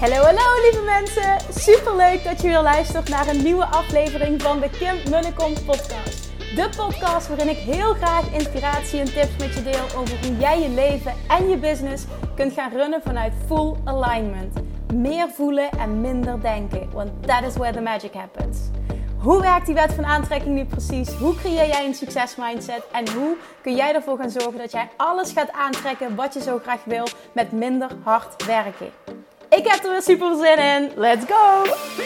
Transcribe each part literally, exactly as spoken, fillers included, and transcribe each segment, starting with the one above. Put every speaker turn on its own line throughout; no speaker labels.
Hallo, hallo lieve mensen. Super leuk dat je weer luistert naar een nieuwe aflevering van de Kim Munnekom podcast. De podcast waarin ik heel graag inspiratie en tips met je deel over hoe jij je leven en je business kunt gaan runnen vanuit full alignment. Meer voelen en minder denken, want that is where the magic happens. Hoe werkt die wet van aantrekking nu precies? Hoe creëer jij een succesmindset? En hoe kun jij ervoor gaan zorgen dat jij alles gaat aantrekken wat je zo graag wil met minder hard werken? Ik heb er weer super zin in. Let's go!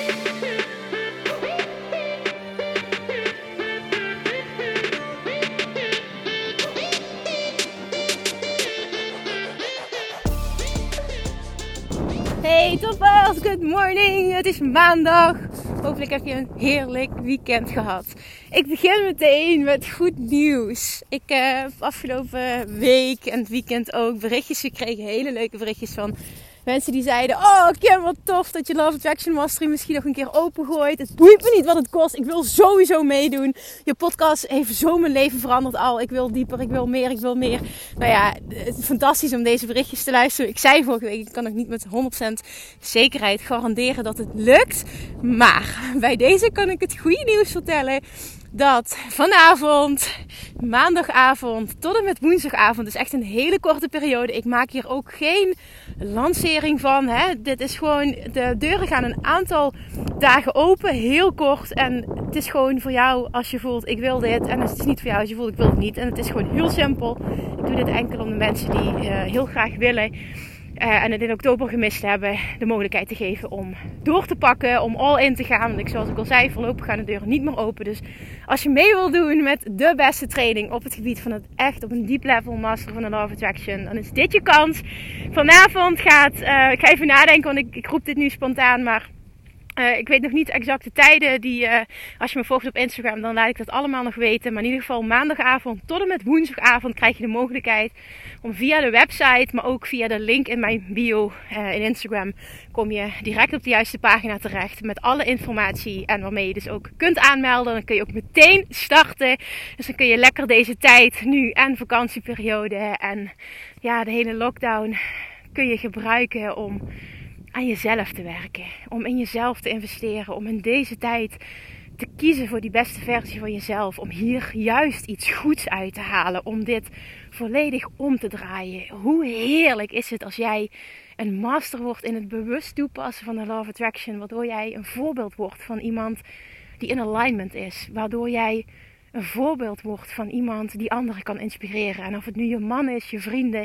Hey toppers, good morning. Het is maandag. Hopelijk heb je een heerlijk weekend gehad. Ik begin meteen met goed nieuws. Ik heb afgelopen week en het weekend ook berichtjes gekregen. Hele leuke berichtjes van mensen die zeiden: oh Kim, wat tof dat je Love Attraction Mastery misschien nog een keer opengooit. Het boeit me niet wat het kost. Ik wil sowieso meedoen. Je podcast heeft zo mijn leven veranderd al. Ik wil dieper, ik wil meer, ik wil meer. Nou ja, het is fantastisch om deze berichtjes te luisteren. Ik zei vorige week, ik kan nog niet met honderd procent zekerheid garanderen dat het lukt. Maar bij deze kan ik het goede nieuws vertellen. Dat vanavond, maandagavond tot en met woensdagavond, dus echt een hele korte periode. Ik maak hier ook geen lancering van. Hè. Dit is gewoon, de deuren gaan een aantal dagen open, heel kort. En het is gewoon voor jou als je voelt, ik wil dit. En het is niet voor jou als je voelt, ik wil het niet. En het is gewoon heel simpel. Ik doe dit enkel om de mensen die uh, heel graag willen Uh, en het in oktober gemist hebben, de mogelijkheid te geven om door te pakken, om all in te gaan. Want ik, zoals ik al zei, voorlopig gaan de deuren niet meer open. Dus als je mee wil doen met de beste training op het gebied van het echt op een diep level master van de Law of Attraction, dan is dit je kans. Vanavond gaat, uh, ik ga even nadenken, want ik, ik roep dit nu spontaan, maar Uh, ik weet nog niet exact de tijden. Die, uh, als je me volgt op Instagram, dan laat ik dat allemaal nog weten. Maar in ieder geval maandagavond tot en met woensdagavond krijg je de mogelijkheid om via de website, maar ook via de link in mijn bio uh, in Instagram, kom je direct op de juiste pagina terecht met alle informatie. En waarmee je dus ook kunt aanmelden. Dan kun je ook meteen starten. Dus dan kun je lekker deze tijd nu en vakantieperiode en ja, de hele lockdown kun je gebruiken om aan jezelf te werken, om in jezelf te investeren, om in deze tijd te kiezen voor die beste versie van jezelf, om hier juist iets goeds uit te halen, om dit volledig om te draaien. Hoe heerlijk is het als jij een master wordt in het bewust toepassen van de Law of Attraction, waardoor jij een voorbeeld wordt van iemand die in alignment is, waardoor jij een voorbeeld wordt van iemand die anderen kan inspireren. En of het nu je man is, je vrienden,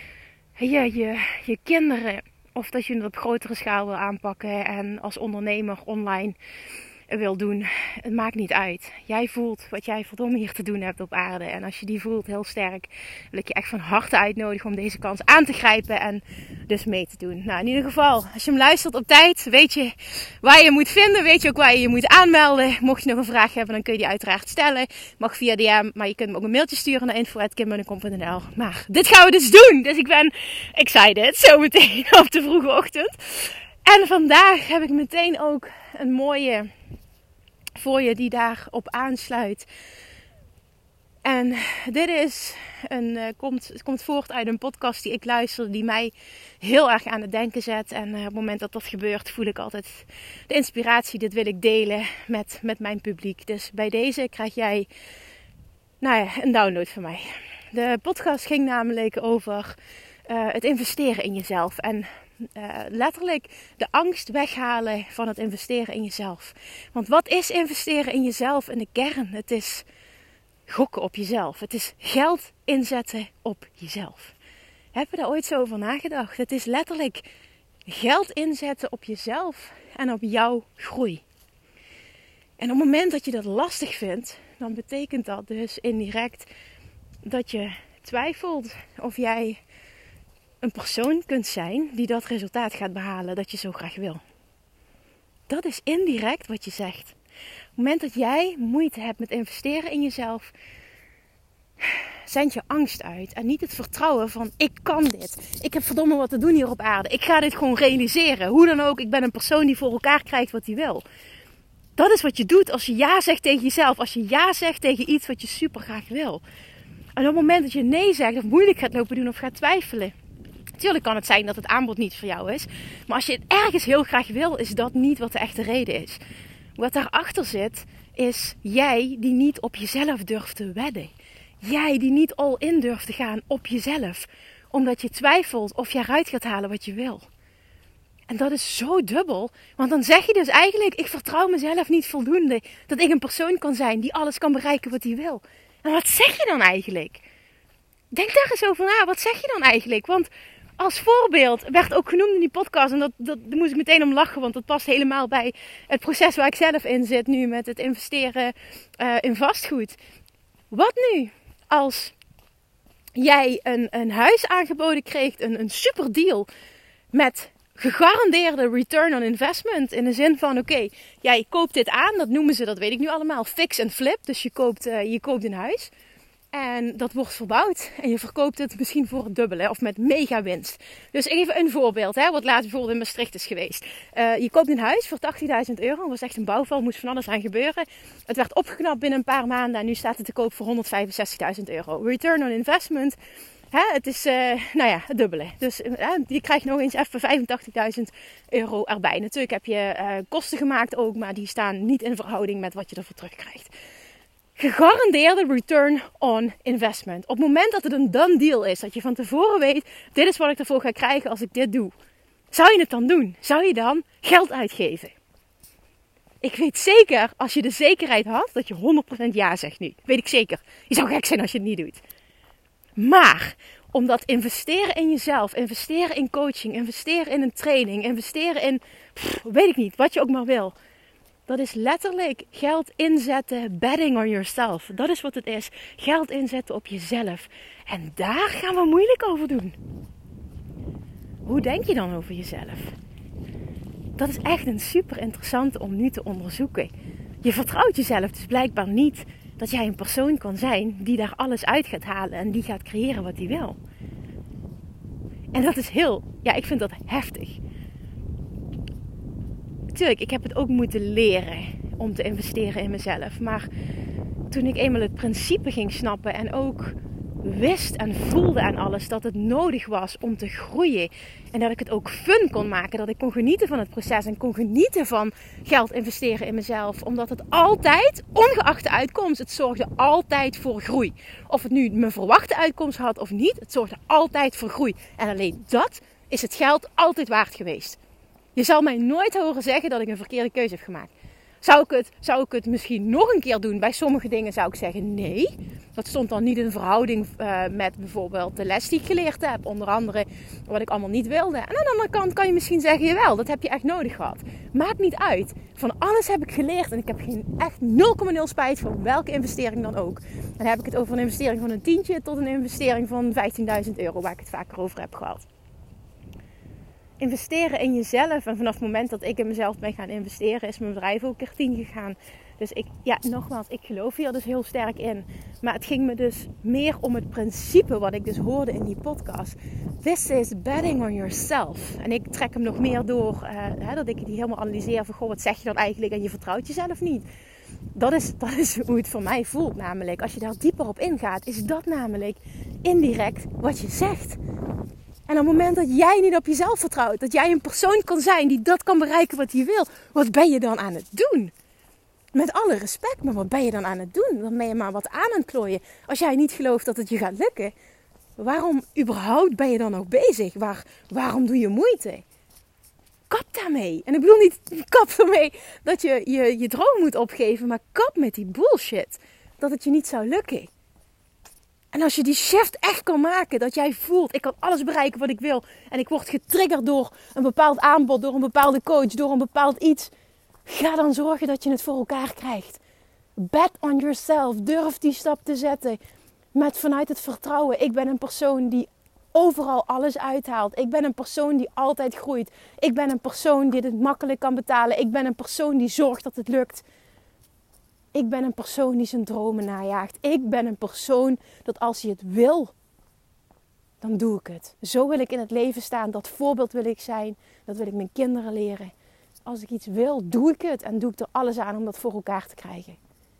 je, je, je kinderen, of dat je het op grotere schaal wil aanpakken en als ondernemer online wil doen. Het maakt niet uit. Jij voelt wat jij verdomme hier te doen hebt op aarde. En als je die voelt heel sterk, wil ik je echt van harte uitnodigen om deze kans aan te grijpen en dus mee te doen. Nou, in ieder geval, als je hem luistert op tijd, weet je waar je moet vinden. Weet je ook waar je je moet aanmelden. Mocht je nog een vraag hebben, dan kun je die uiteraard stellen. Mag via D M, maar je kunt me ook een mailtje sturen naar info at kim munnekom punt n l. Maar dit gaan we dus doen. Dus ik ben excited, zo meteen op de vroege ochtend. En vandaag heb ik meteen ook een mooie voor je die daarop aansluit. En dit is een, uh, komt, het komt voort uit een podcast die ik luister, die mij heel erg aan het denken zet. En uh, op het moment dat dat gebeurt, voel ik altijd de inspiratie. Dit wil ik delen met, met mijn publiek. Dus bij deze krijg jij nou ja, een download van mij. De podcast ging namelijk over uh, het investeren in jezelf. En Uh, letterlijk de angst weghalen van het investeren in jezelf. Want wat is investeren in jezelf in de kern? Het is gokken op jezelf. Het is geld inzetten op jezelf. Heb je daar ooit zo over nagedacht? Het is letterlijk geld inzetten op jezelf en op jouw groei. En op het moment dat je dat lastig vindt, dan betekent dat dus indirect dat je twijfelt of jij een persoon kunt zijn die dat resultaat gaat behalen dat je zo graag wil. Dat is indirect wat je zegt. Op het moment dat jij moeite hebt met investeren in jezelf, zend je angst uit. En niet het vertrouwen van ik kan dit. Ik heb verdomme wat te doen hier op aarde. Ik ga dit gewoon realiseren. Hoe dan ook, ik ben een persoon die voor elkaar krijgt wat hij wil. Dat is wat je doet als je ja zegt tegen jezelf. Als je ja zegt tegen iets wat je super graag wil. En op het moment dat je nee zegt of moeilijk gaat lopen doen of gaat twijfelen, Tuurlijk kan het zijn dat het aanbod niet voor jou is. Maar als je het ergens heel graag wil, is dat niet wat de echte reden is. Wat daarachter zit, is jij die niet op jezelf durft te wedden. Jij die niet all in durft te gaan op jezelf. Omdat je twijfelt of je eruit gaat halen wat je wil. En dat is zo dubbel. Want dan zeg je dus eigenlijk, ik vertrouw mezelf niet voldoende. Dat ik een persoon kan zijn die alles kan bereiken wat hij wil. En wat zeg je dan eigenlijk? Denk daar eens over na. Wat zeg je dan eigenlijk? Want als voorbeeld werd ook genoemd in die podcast. En dat, dat, daar moest ik meteen om lachen. Want dat past helemaal bij het proces waar ik zelf in zit nu. Met het investeren uh, in vastgoed. Wat nu als jij een, een huis aangeboden kreeg. Een, een super deal. Met gegarandeerde return on investment. In de zin van oké, okay, jij koopt dit aan. Dat noemen ze, dat weet ik nu allemaal, fix en flip. Dus je koopt, uh, je koopt een huis. En dat wordt verbouwd. En je verkoopt het misschien voor het dubbele. Of met mega winst. Dus even een voorbeeld. Hè, wat laatst bijvoorbeeld in Maastricht is geweest. Uh, je koopt een huis voor tachtigduizend euro. Dat was echt een bouwval. Moest van alles aan gebeuren. Het werd opgeknapt binnen een paar maanden. En nu staat het te koop voor honderdvijfenzestigduizend euro. Return on investment. Hè, het is, uh, nou ja, het dubbele. Dus uh, je krijgt nog eens even vijfentachtigduizend euro erbij. Natuurlijk heb je uh, kosten gemaakt ook. Maar die staan niet in verhouding met wat je ervoor terugkrijgt. Gegarandeerde return on investment. Op het moment dat het een done deal is, dat je van tevoren weet, dit is wat ik ervoor ga krijgen als ik dit doe. Zou je het dan doen? Zou je dan geld uitgeven? Ik weet zeker, als je de zekerheid had, dat je honderd procent ja zegt nu. Weet ik zeker. Je zou gek zijn als je het niet doet. Maar, omdat investeren in jezelf, investeren in coaching, investeren in een training, investeren in, pff, weet ik niet, wat je ook maar wil. Dat is letterlijk geld inzetten, betting on yourself. Dat is wat het is. Geld inzetten op jezelf. En daar gaan we moeilijk over doen. Hoe denk je dan over jezelf? Dat is echt een super interessante om nu te onderzoeken. Je vertrouwt jezelf dus blijkbaar niet dat jij een persoon kan zijn die daar alles uit gaat halen en die gaat creëren wat hij wil. En dat is heel, ja, ik vind dat heftig. Tuurlijk, ik heb het ook moeten leren om te investeren in mezelf. Maar toen ik eenmaal het principe ging snappen en ook wist en voelde aan alles dat het nodig was om te groeien. En dat ik het ook fun kon maken. Dat ik kon genieten van het proces en kon genieten van geld investeren in mezelf. Omdat het altijd, ongeacht de uitkomst, het zorgde altijd voor groei. Of het nu mijn verwachte uitkomst had of niet, het zorgde altijd voor groei. En alleen dat is het geld altijd waard geweest. Je zal mij nooit horen zeggen dat ik een verkeerde keuze heb gemaakt. Zou ik het, zou ik het misschien nog een keer doen? Bij sommige dingen zou ik zeggen nee. Dat stond dan niet in verhouding uh, met bijvoorbeeld de les die ik geleerd heb. Onder andere wat ik allemaal niet wilde. En aan de andere kant kan je misschien zeggen, jawel, dat heb je echt nodig gehad. Maakt niet uit. Van alles heb ik geleerd. En ik heb geen, echt nul komma nul spijt van welke investering dan ook. En dan heb ik het over een investering van een tientje tot een investering van vijftienduizend euro. Waar ik het vaker over heb gehad. Investeren in jezelf. En vanaf het moment dat ik in mezelf ben gaan investeren, is mijn bedrijf ook keer tien gegaan. Dus ik, ja, nogmaals, ik geloof hier dus heel sterk in. Maar het ging me dus meer om het principe wat ik dus hoorde in die podcast. This is betting on yourself. En ik trek hem nog meer door, uh, hè, dat ik die helemaal analyseer van, goh, wat zeg je dan eigenlijk? En je vertrouwt jezelf niet. Dat is, dat is hoe het voor mij voelt namelijk. Als je daar dieper op ingaat, is dat namelijk indirect wat je zegt. En op het moment dat jij niet op jezelf vertrouwt, dat jij een persoon kan zijn die dat kan bereiken wat hij wil, wat ben je dan aan het doen? Met alle respect, maar wat ben je dan aan het doen? Dan ben je maar wat aan aan het klooien. Als jij niet gelooft dat het je gaat lukken, waarom überhaupt ben je dan nog bezig? Waar, waarom doe je moeite? Kap daarmee. En ik bedoel niet kap ermee dat je, je je droom moet opgeven, maar kap met die bullshit. Dat het je niet zou lukken. En als je die shift echt kan maken, dat jij voelt, ik kan alles bereiken wat ik wil. En ik word getriggerd door een bepaald aanbod, door een bepaalde coach, door een bepaald iets. Ga dan zorgen dat je het voor elkaar krijgt. Bet on yourself. Durf die stap te zetten. Met vanuit het vertrouwen. Ik ben een persoon die overal alles uithaalt. Ik ben een persoon die altijd groeit. Ik ben een persoon die het makkelijk kan betalen. Ik ben een persoon die zorgt dat het lukt. Ik ben een persoon die zijn dromen najaagt. Ik ben een persoon dat als hij het wil, dan doe ik het. Zo wil ik in het leven staan. Dat voorbeeld wil ik zijn. Dat wil ik mijn kinderen leren. Als ik iets wil, doe ik het. En doe ik er alles aan om dat voor elkaar te krijgen.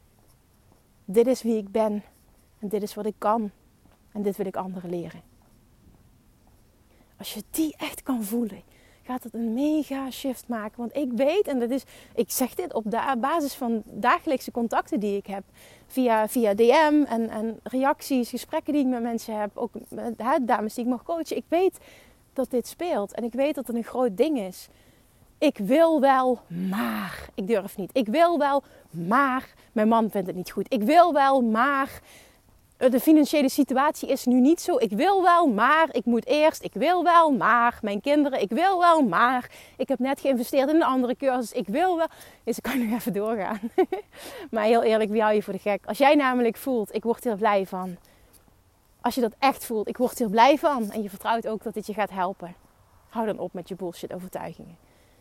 Dit is wie ik ben. En dit is wat ik kan. En dit wil ik anderen leren. als je die echt kan voelen, gaat het een mega shift maken. Want ik weet, en dat is, ik zeg dit op de basis van dagelijkse contacten die ik heb. Via, via D M en, en reacties, gesprekken die ik met mensen heb. Ook met hè, dames die ik mag coachen. Ik weet dat dit speelt. En ik weet dat het een groot ding is. Ik wil wel, maar ik durf niet. Ik wil wel, maar mijn man vindt het niet goed. Ik wil wel, maar de financiële situatie is nu niet zo. Ik wil wel, maar ik moet eerst. Ik wil wel, maar mijn kinderen. Ik wil wel, maar ik heb net geïnvesteerd in een andere cursus. Ik wil wel. Dus ik kan nog even doorgaan. Maar heel eerlijk, wie hou je voor de gek? Als jij namelijk voelt, ik word hier blij van. Als je dat echt voelt, ik word hier blij van. En je vertrouwt ook dat dit je gaat helpen. Hou dan op met je bullshit overtuigingen.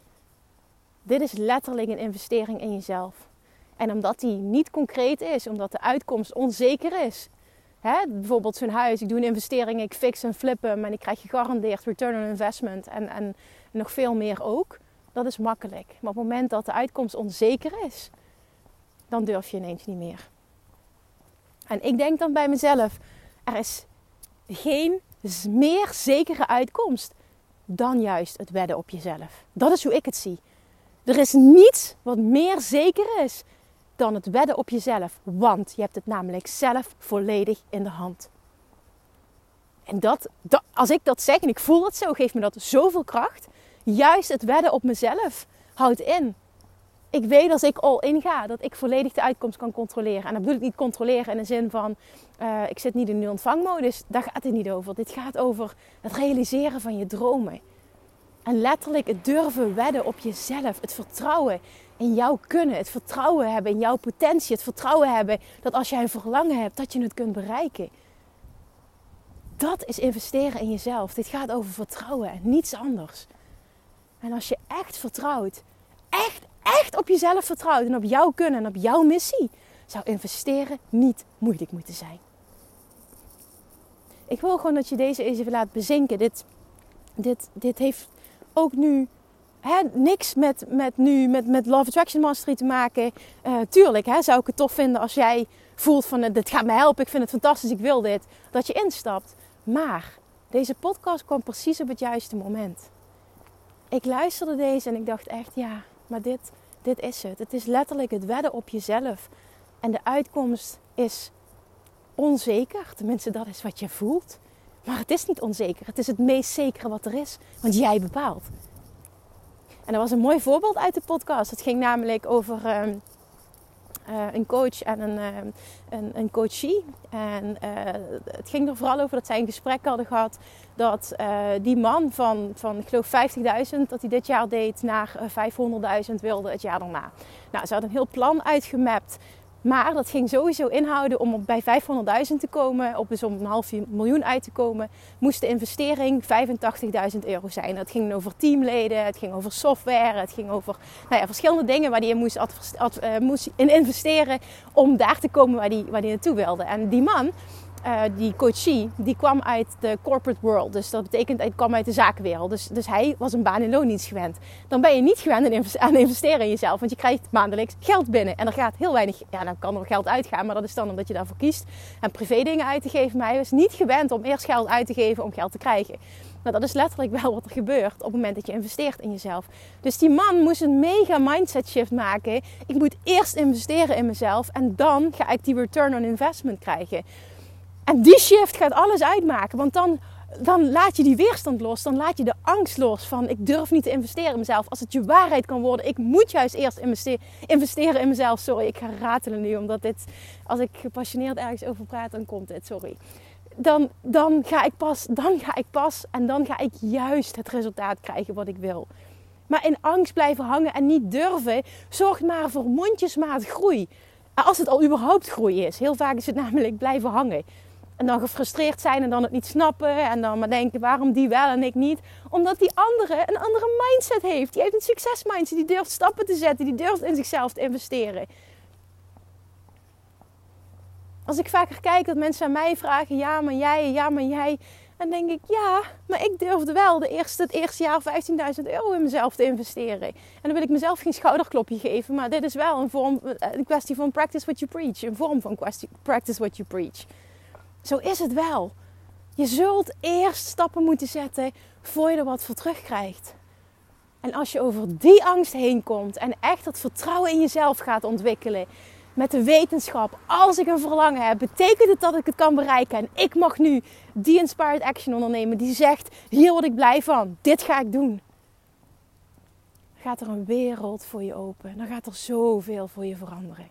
Dit is letterlijk een investering in jezelf. En omdat die niet concreet is, omdat de uitkomst onzeker is. Hè? Bijvoorbeeld zo'n huis, ik doe een investering, ik fix en flip hem en ik krijg gegarandeerd return on investment en, en nog veel meer ook. Dat is makkelijk. Maar op het moment dat de uitkomst onzeker is, dan durf je ineens niet meer. En ik denk dan bij mezelf, er is geen meer zekere uitkomst dan juist het wedden op jezelf. Dat is hoe ik het zie. Er is niets wat meer zeker is dan het wedden op jezelf. Want je hebt het namelijk zelf volledig in de hand. En dat, dat, als ik dat zeg en ik voel het zo, geeft me dat zoveel kracht. Juist het wedden op mezelf houdt in. Ik weet als ik all in ga, dat ik volledig de uitkomst kan controleren. En dat bedoel ik niet controleren in de zin van, uh, ik zit niet in de ontvangmodus. Daar gaat het niet over. Dit gaat over het realiseren van je dromen. En letterlijk het durven wedden op jezelf. Het vertrouwen in jouw kunnen. Het vertrouwen hebben in jouw potentie. Het vertrouwen hebben dat als jij een verlangen hebt, dat je het kunt bereiken. Dat is investeren in jezelf. Dit gaat over vertrouwen en niets anders. En als je echt vertrouwt, echt, echt op jezelf vertrouwt en op jouw kunnen en op jouw missie, zou investeren niet moeilijk moeten zijn. Ik wil gewoon dat je deze eens even laat bezinken. Dit, dit, dit heeft ook nu hè, niks met, met, nu, met, met Love Attraction Mastery te maken. Uh, tuurlijk hè, zou ik het tof vinden als jij voelt van dit gaat me helpen, ik vind het fantastisch, ik wil dit. Dat je instapt. Maar deze podcast kwam precies op het juiste moment. Ik luisterde deze en ik dacht echt ja, maar dit, dit is het. Het is letterlijk het wedden op jezelf. En de uitkomst is onzeker. Tenminste, dat is wat je voelt. Maar het is niet onzeker. Het is het meest zekere wat er is. Want jij bepaalt. En dat was een mooi voorbeeld uit de podcast. Het ging namelijk over um, uh, een coach en een, uh, een, een coachie. En uh, het ging er vooral over dat zij een gesprek hadden gehad. Dat uh, die man van, van ik geloof vijftigduizend dat hij dit jaar deed naar uh, vijfhonderdduizend wilde het jaar daarna. Nou, ze had een heel plan uitgemapt. Maar dat ging sowieso inhouden om op bij vijfhonderdduizend te komen, op dus om een half miljoen uit te komen, moest de investering vijfentachtigduizend euro zijn. Dat ging over teamleden, het ging over software, het ging over nou ja, verschillende dingen waar hij in moest, adv- adv- uh, moest in investeren om daar te komen waar hij waar die naartoe wilde. En die man, uh, die coachie, die kwam uit de corporate world. Dus dat betekent, hij kwam uit de zakenwereld. Dus, dus hij was een baan in loondienst gewend. Dan ben je niet gewend aan investeren in jezelf. Want je krijgt maandelijks geld binnen. En er gaat heel weinig, ja dan kan er geld uitgaan. Maar dat is dan omdat je daarvoor kiest. En privé dingen uit te geven. Maar hij was niet gewend om eerst geld uit te geven om geld te krijgen. Nou, dat is letterlijk wel wat er gebeurt op het moment dat je investeert in jezelf. Dus die man moest een mega mindset shift maken. Ik moet eerst investeren in mezelf. En dan ga ik die return on investment krijgen. En die shift gaat alles uitmaken. Want dan, dan laat je die weerstand los. Dan laat je de angst los van ik durf niet te investeren in mezelf. Als het je waarheid kan worden. Ik moet juist eerst investeren, investeren in mezelf. Sorry, ik ga ratelen nu. Omdat dit, als ik gepassioneerd ergens over praat, dan komt dit. Sorry. Dan, dan ga ik pas, dan ga ik pas. En dan ga ik juist het resultaat krijgen wat ik wil. Maar in angst blijven hangen en niet durven, zorgt maar voor mondjesmaat groei. Als het al überhaupt groei is. Heel vaak is het namelijk blijven hangen. En dan gefrustreerd zijn en dan het niet snappen. En dan maar denken, waarom die wel en ik niet? Omdat die andere een andere mindset heeft. Die heeft een succesmindset. Die durft stappen te zetten. Die durft in zichzelf te investeren. Als ik vaker kijk dat mensen aan mij vragen, ja maar jij, ja maar jij. Dan denk ik, ja, maar ik durfde wel de eerste, het eerste jaar vijftienduizend euro in mezelf te investeren. En dan wil ik mezelf geen schouderklopje geven. Maar dit is wel een, vorm, een kwestie van practice what you preach. Een vorm van kwestie, practice what you preach. Zo is het wel. Je zult eerst stappen moeten zetten voor je er wat voor terugkrijgt. En als je over die angst heen komt en echt dat vertrouwen in jezelf gaat ontwikkelen, met de wetenschap, als ik een verlangen heb, betekent het dat ik het kan bereiken. En ik mag nu die inspired action ondernemen die zegt, hier word ik blij van, dit ga ik doen. Dan gaat er een wereld voor je open. Dan gaat er zoveel voor je veranderen.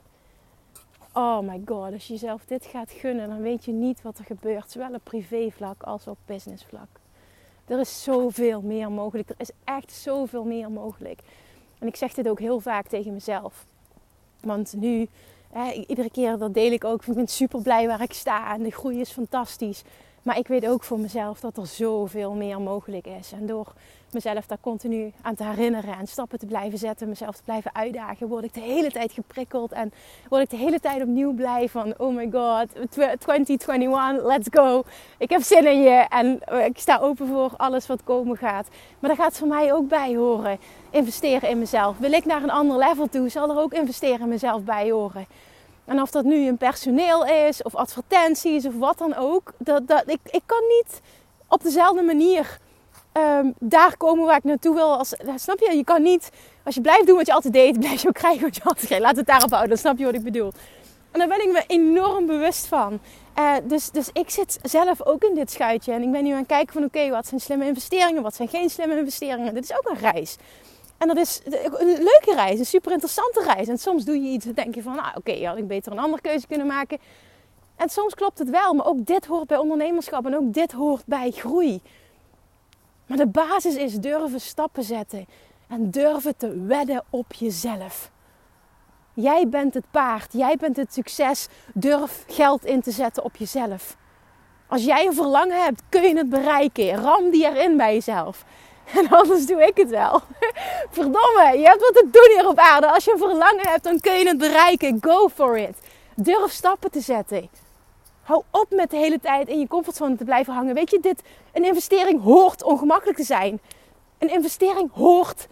Oh my god, als je jezelf dit gaat gunnen, dan weet je niet wat er gebeurt. Zowel op privévlak als op businessvlak. Er is zoveel meer mogelijk. Er is echt zoveel meer mogelijk. En ik zeg dit ook heel vaak tegen mezelf. Want nu, hè, iedere keer dat deel ik ook. Ik ben super blij waar ik sta en de groei is fantastisch. Maar ik weet ook voor mezelf dat er zoveel meer mogelijk is. En door mezelf daar continu aan te herinneren en stappen te blijven zetten, mezelf te blijven uitdagen, word ik de hele tijd geprikkeld en word ik de hele tijd opnieuw blij van, oh my god, twintig eenentwintig, let's go. Ik heb zin in je en ik sta open voor alles wat komen gaat. Maar daar gaat voor mij ook bij horen, investeren in mezelf. Wil ik naar een ander level toe, zal er ook investeren in mezelf bij horen. En of dat nu een personeel is, of advertenties, of wat dan ook. Dat, dat, ik, ik kan niet op dezelfde manier um, daar komen waar ik naartoe wil. Als, snap je? Je kan niet, als je blijft doen wat je altijd deed, blijf je ook krijgen wat je altijd kreeg. Laat het daarop houden, dan snap je wat ik bedoel. En daar ben ik me enorm bewust van. Uh, dus, dus ik zit zelf ook in dit schuitje. En ik ben nu aan het kijken van, oké, okay, wat zijn slimme investeringen? Wat zijn geen slimme investeringen? Dit is ook een reis. En dat is een leuke reis, een super interessante reis. En soms doe je iets en denk je van, nou oké, okay, had ik beter een andere keuze kunnen maken. En soms klopt het wel, maar ook dit hoort bij ondernemerschap en ook dit hoort bij groei. Maar de basis is durven stappen zetten en durven te wedden op jezelf. Jij bent het paard, jij bent het succes, durf geld in te zetten op jezelf. Als jij een verlangen hebt, kun je het bereiken. Ram die erin bij jezelf. En anders doe ik het wel. Verdomme, je hebt wat te doen hier op aarde. Als je een verlangen hebt, dan kun je het bereiken. Go for it. Durf stappen te zetten. Hou op met de hele tijd in je comfortzone te blijven hangen. Weet je, dit, een investering hoort ongemakkelijk te zijn. Een investering hoort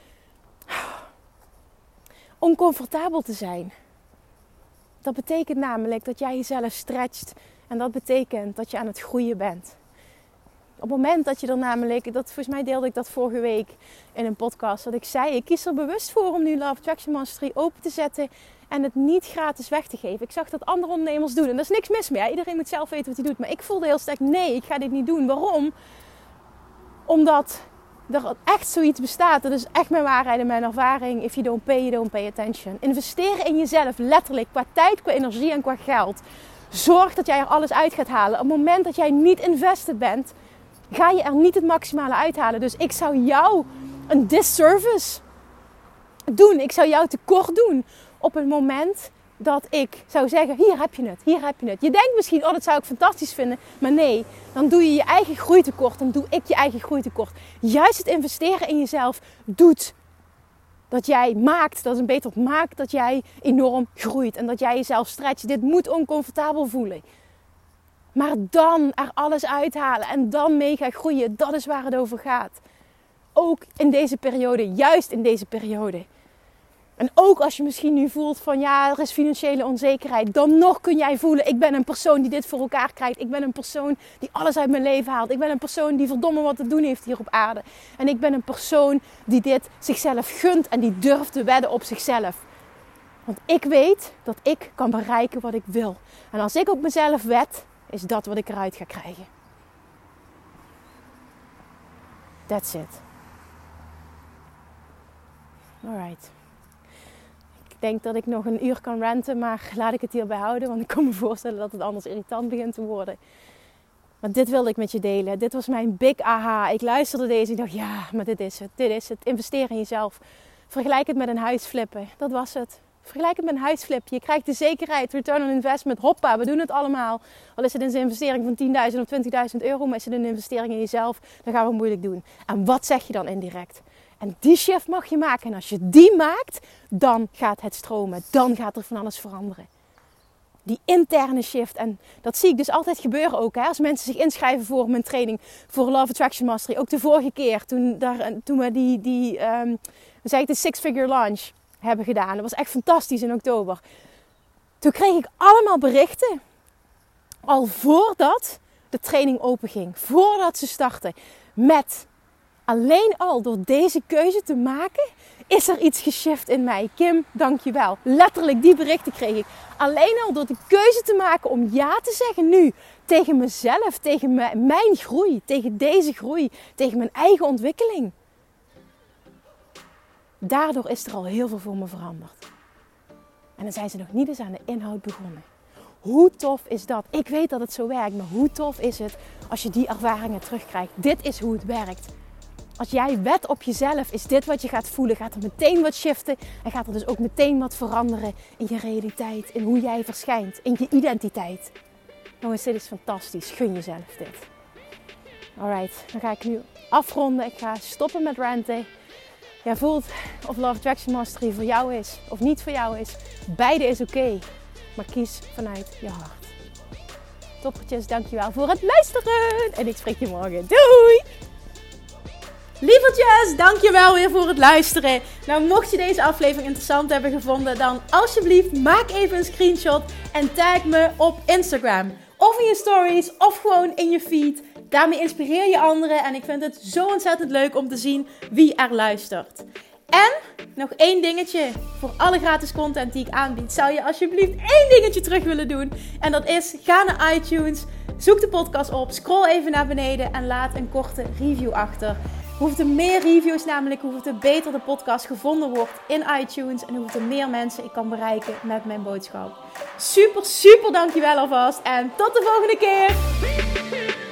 oncomfortabel te zijn. Dat betekent namelijk dat jij jezelf stretcht. En dat betekent dat je aan het groeien bent. Op het moment dat je er namelijk, dat, volgens mij deelde ik dat vorige week in een podcast, dat ik zei, ik kies er bewust voor om nu Love Attraction Mastery open te zetten en het niet gratis weg te geven. Ik zag dat andere ondernemers doen en daar is niks mis mee. Iedereen moet zelf weten wat hij doet. Maar ik voelde heel sterk, nee, ik ga dit niet doen. Waarom? Omdat er echt zoiets bestaat. Dat is echt mijn waarheid en mijn ervaring. If you don't pay, you don't pay attention. Investeren in jezelf, letterlijk, qua tijd, qua energie en qua geld. Zorg dat jij er alles uit gaat halen. Op het moment dat jij niet invested bent, ga je er niet het maximale uithalen. Dus ik zou jou een disservice doen. Ik zou jou tekort doen op het moment dat ik zou zeggen, hier heb je het, hier heb je het. Je denkt misschien, oh dat zou ik fantastisch vinden. Maar nee, dan doe je je eigen groei tekort. Dan doe ik je eigen groei tekort. Juist het investeren in jezelf doet dat jij maakt, dat is een beter op maakt, dat jij enorm groeit. En dat jij jezelf stretcht. Dit moet oncomfortabel voelen. Maar dan er alles uithalen en dan mega groeien. Dat is waar het over gaat. Ook in deze periode. Juist in deze periode. En ook als je misschien nu voelt van ja, er is financiële onzekerheid. Dan nog kun jij voelen, ik ben een persoon die dit voor elkaar krijgt. Ik ben een persoon die alles uit mijn leven haalt. Ik ben een persoon die verdomme wat te doen heeft hier op aarde. En ik ben een persoon die dit zichzelf gunt en die durft te wedden op zichzelf. Want ik weet dat ik kan bereiken wat ik wil. En als ik op mezelf wed, is dat wat ik eruit ga krijgen. That's it. Alright. Ik denk dat ik nog een uur kan ranten, maar laat ik het hierbij houden. Want ik kan me voorstellen dat het anders irritant begint te worden. Maar dit wilde ik met je delen. Dit was mijn big aha. Ik luisterde deze en ik dacht, ja, maar dit is het. Dit is het. Investeer in jezelf. Vergelijk het met een huis flippen. Dat was het. Vergelijk het met een huisflip. Je krijgt de zekerheid, return on investment. Hoppa, we doen het allemaal. Al is het een investering van tienduizend of twintigduizend euro, maar is het een investering in jezelf, dan gaan we moeilijk doen. En wat zeg je dan indirect? En die shift mag je maken. En als je die maakt, dan gaat het stromen. Dan gaat er van alles veranderen. Die interne shift. En dat zie ik dus altijd gebeuren ook. Hè? Als mensen zich inschrijven voor mijn training, voor Love Attraction Mastery. Ook de vorige keer, toen, daar, toen we die, die um, zei ik de Six Figure Launch hebben gedaan. Dat was echt fantastisch in oktober. Toen kreeg ik allemaal berichten. Al voordat de training open ging. Voordat ze startten. Met Alleen al door deze keuze te maken, is er iets geshift in mij. Kim, dankjewel. Letterlijk, die berichten kreeg ik. Alleen al door de keuze te maken om ja te zeggen nu tegen mezelf, tegen mijn groei, tegen deze groei, tegen mijn eigen ontwikkeling. Daardoor is er al heel veel voor me veranderd. En dan zijn ze nog niet eens aan de inhoud begonnen. Hoe tof is dat? Ik weet dat het zo werkt, maar hoe tof is het als je die ervaringen terugkrijgt? Dit is hoe het werkt. Als jij wet op jezelf, is dit wat je gaat voelen. Gaat er meteen wat shiften en gaat er dus ook meteen wat veranderen in je realiteit. In hoe jij verschijnt, in je identiteit. Jongens, dit is fantastisch. Gun jezelf dit. Alright, dan ga ik nu afronden. Ik ga stoppen met ranten. Jij voelt of Love Attraction Mastery voor jou is of niet voor jou is. Beide is oké. Okay. Maar kies vanuit je hart. Toppertjes, dankjewel voor het luisteren. En ik spreek je morgen. Doei! Lievertjes, dankjewel weer voor het luisteren. Nou, mocht je deze aflevering interessant hebben gevonden, dan alsjeblieft maak even een screenshot en tag me op Instagram. Of in je stories, of gewoon in je feed. Daarmee inspireer je anderen en ik vind het zo ontzettend leuk om te zien wie er luistert. En nog één dingetje voor alle gratis content die ik aanbied. Zou je alsjeblieft één dingetje terug willen doen? En dat is, ga naar iTunes, zoek de podcast op, scroll even naar beneden en laat een korte review achter. Hoeveel meer reviews namelijk, hoeveel beter de podcast gevonden wordt in iTunes. En hoeveel meer mensen ik kan bereiken met mijn boodschap. Super, super dankjewel alvast. En tot de volgende keer.